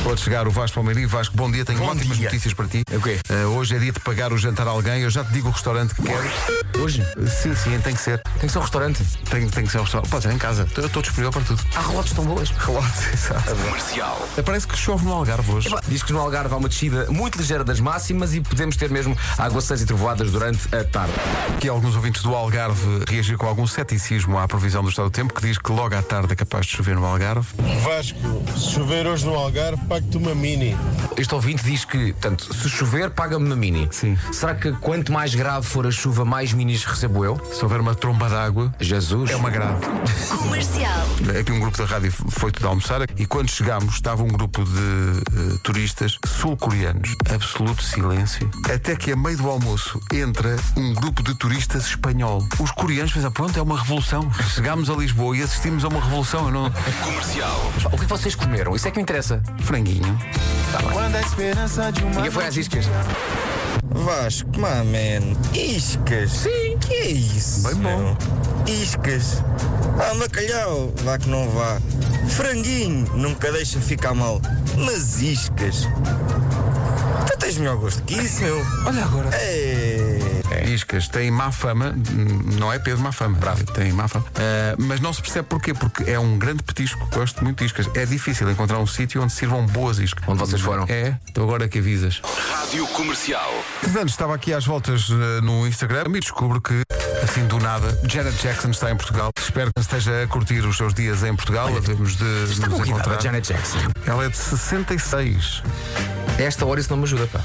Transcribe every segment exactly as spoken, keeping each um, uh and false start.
Acabou de chegar o Vasco Palmeirim. Vasco, bom dia, tenho Bom ótimas dia. notícias para ti. O quê? Uh, hoje é dia de pagar o jantar a alguém. Eu já te digo o restaurante que quero. Hoje? Sim, sim, tem que ser. Tem que ser um restaurante. Tem, tem que ser um restaurante. Pode ser em casa. Eu estou disponível para tudo. Há relotes tão boas. Relotes, exato. Comercial. Parece que chove no Algarve hoje. Diz que no Algarve há uma descida muito ligeira das máximas e podemos ter mesmo aguaceiros e trovoadas durante a tarde. Aqui alguns ouvintes do Algarve reagir com algum ceticismo à previsão do estado do tempo, que diz que logo à tarde é capaz de chover no Algarve. Vasco, se chover hoje no Algarve, pago-te uma mini. Este ouvinte diz que, portanto, se chover, paga-me uma mini. Sim. Será que quanto mais grave for a chuva, mais minis recebo eu? Se houver uma tromba d'água, Jesus. é uma grave. Comercial. Aqui um grupo da rádio foi tudo almoçar e quando chegámos estava um grupo de uh, turistas sul-coreanos. Absoluto silêncio. Até que a meio do almoço entra um grupo de turistas espanhol. Os coreanos pensam, pronto, é uma revolução. Chegámos a Lisboa e assistimos a uma revolução. Eu não... Comercial. O que é que vocês comeram? Isso é que me interessa. Franguinho. Quando a esperança de uma Ninguém foi às iscas. Vasco, man, iscas. Sim. Que é isso? Bem bom. meu? Iscas. Ah, bacalhau, vá que não vá. Franguinho, nunca deixa ficar mal. Mas iscas. Tu tens melhor gosto que isso, meu. Olha agora. É. Iscas tem má fama, não é Pedro má fama, bravo, tem má fama, uh, mas não se percebe porquê, porque é um grande petisco, gosto muito de iscas. É difícil encontrar um sítio onde sirvam boas iscas. Onde vocês foram? É, então agora que avisas. Rádio Comercial. Antes estava aqui às voltas uh, no Instagram e descubro que, assim do nada, Janet Jackson está em Portugal. Espero que esteja a curtir os seus dias em Portugal. Havemos de Está nos com que idade encontrar. a Janet Jackson? Ela é de sessenta e seis. A esta hora isso não me ajuda, pá.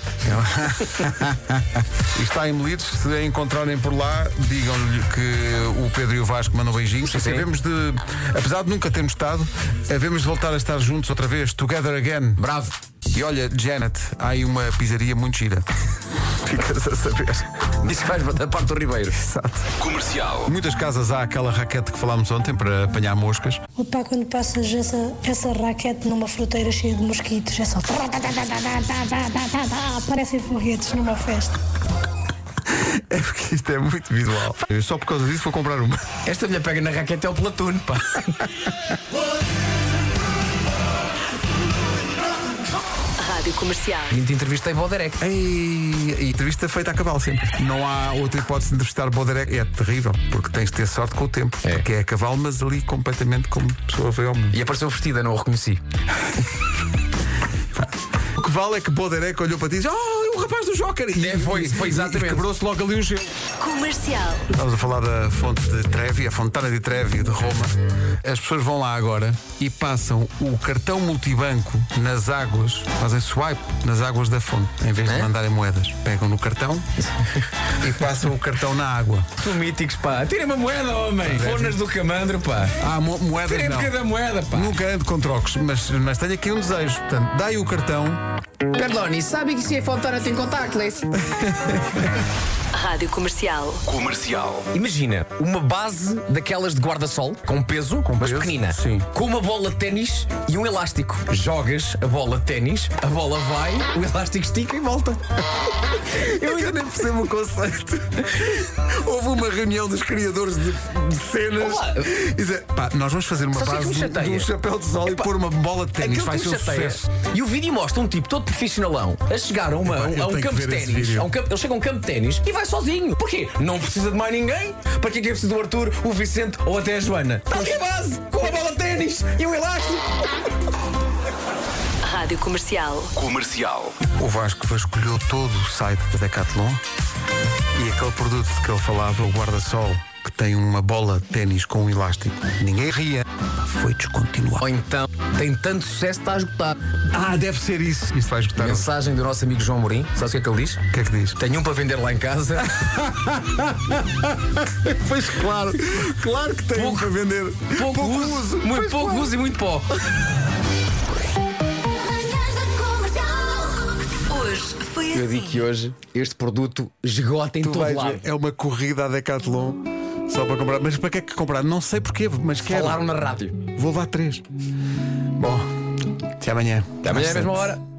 E está em Melides. Se a encontrarem por lá, digam-lhe que o Pedro e o Vasco mandam beijinhos. Sim, E sim. havemos de, apesar de nunca termos estado, havemos de voltar a estar juntos outra vez, together again. Bravo. E olha, Janet, há aí uma pizzaria muito gira. Ficas a saber. Disse que vais da parte do Ribeiro. Exato. Comercial. Em muitas casas há aquela raquete que falámos ontem para apanhar moscas. Opa, quando passas essa, essa raquete numa fruteira cheia de mosquitos, é só. Parecem foguetes numa festa. É porque isto é muito visual. Eu só por causa disso vou comprar uma. Esta mulher pega na raquete é o Platoon, pá. Rádio Comercial. E te entrevistei Boderek. Ei, e entrevista feita a cavalo sempre. Não há outra hipótese de entrevistar Boderek. É terrível, porque tens de ter sorte com o tempo. É. Porque é a cavalo, mas ali completamente como pessoa veio ao mundo. E apareceu vestida, não o reconheci. O que vale é que Boderek olhou para ti e disse: Oh, o rapaz do Joker! E É, foi- foi e- exatamente. E quebrou-se logo ali um gelo. Comercial. Estamos a falar da fonte de Trevi, a Fontana di Trevi de Roma. As pessoas vão lá agora e passam o cartão multibanco nas águas, fazem swipe nas águas da fonte, em vez de É? mandarem moedas. Pegam no cartão e passam o cartão na água. São míticos, pá. Tirem uma moeda, homem. Fonas do camandro, pá. Ah, mo moedas Tirem não. de cada moeda, pá. Nunca ando com trocos, mas, mas tenho aqui um desejo. Portanto, dai o cartão. Perdone, sabe que se a Fontana tem contactless? Rádio Comercial. Comercial. Imagina uma base daquelas de guarda-sol, com peso, mas peso, pequenina. sim. Com uma bola de ténis e um elástico. Jogas a bola de ténis, a bola vai, o elástico estica e volta. Eu ainda nem percebo o conceito. Houve uma reunião dos criadores de, de cenas. Olá. E dizer, pá, nós vamos fazer uma Sabe o que é base que me de, de chateia? um chapéu de sol e Epá, pôr uma bola de ténis. Aquilo Vai que ser me um chateia. sucesso. E o vídeo mostra um tipo todo profissionalão a chegar a, uma, Epá, eu a um tenho campo que de ver esse ténis. vídeo. A um campo- Ele chega a um campo de ténis e vai sozinho. Porquê? Não precisa de mais ninguém. Para que é que é preciso do Arthur, o Vicente ou até a Joana? Está ali a base, com a bola de ténis e o elástico. Rádio Comercial. Comercial. O Vasco vasculhou todo o site da Decathlon e aquele produto de que ele falava, o guarda-sol, que tem uma bola de ténis com um elástico, ninguém ria, foi descontinuado. Ou então, tem tanto sucesso que está esgotado. Ah, deve ser isso. Isto vai esgotar. Mensagem do nosso amigo João Mourinho. Sabes o que é que ele diz? O que é que diz? Tenho um para vender lá em casa. Pois claro, claro que tem Pouco- um para vender. Pouco, uso, muito Pois pouco claro. uso e muito pó. Hoje foi Eu digo assim. que hoje este produto esgota em Tu todo vais lado. ver, é uma corrida à Decathlon só para comprar. Mas para que é que comprar? Não sei porquê, mas quero. Falaram na rádio. Vou levar três. Bom, até amanhã. Até amanhã, à mesma hora.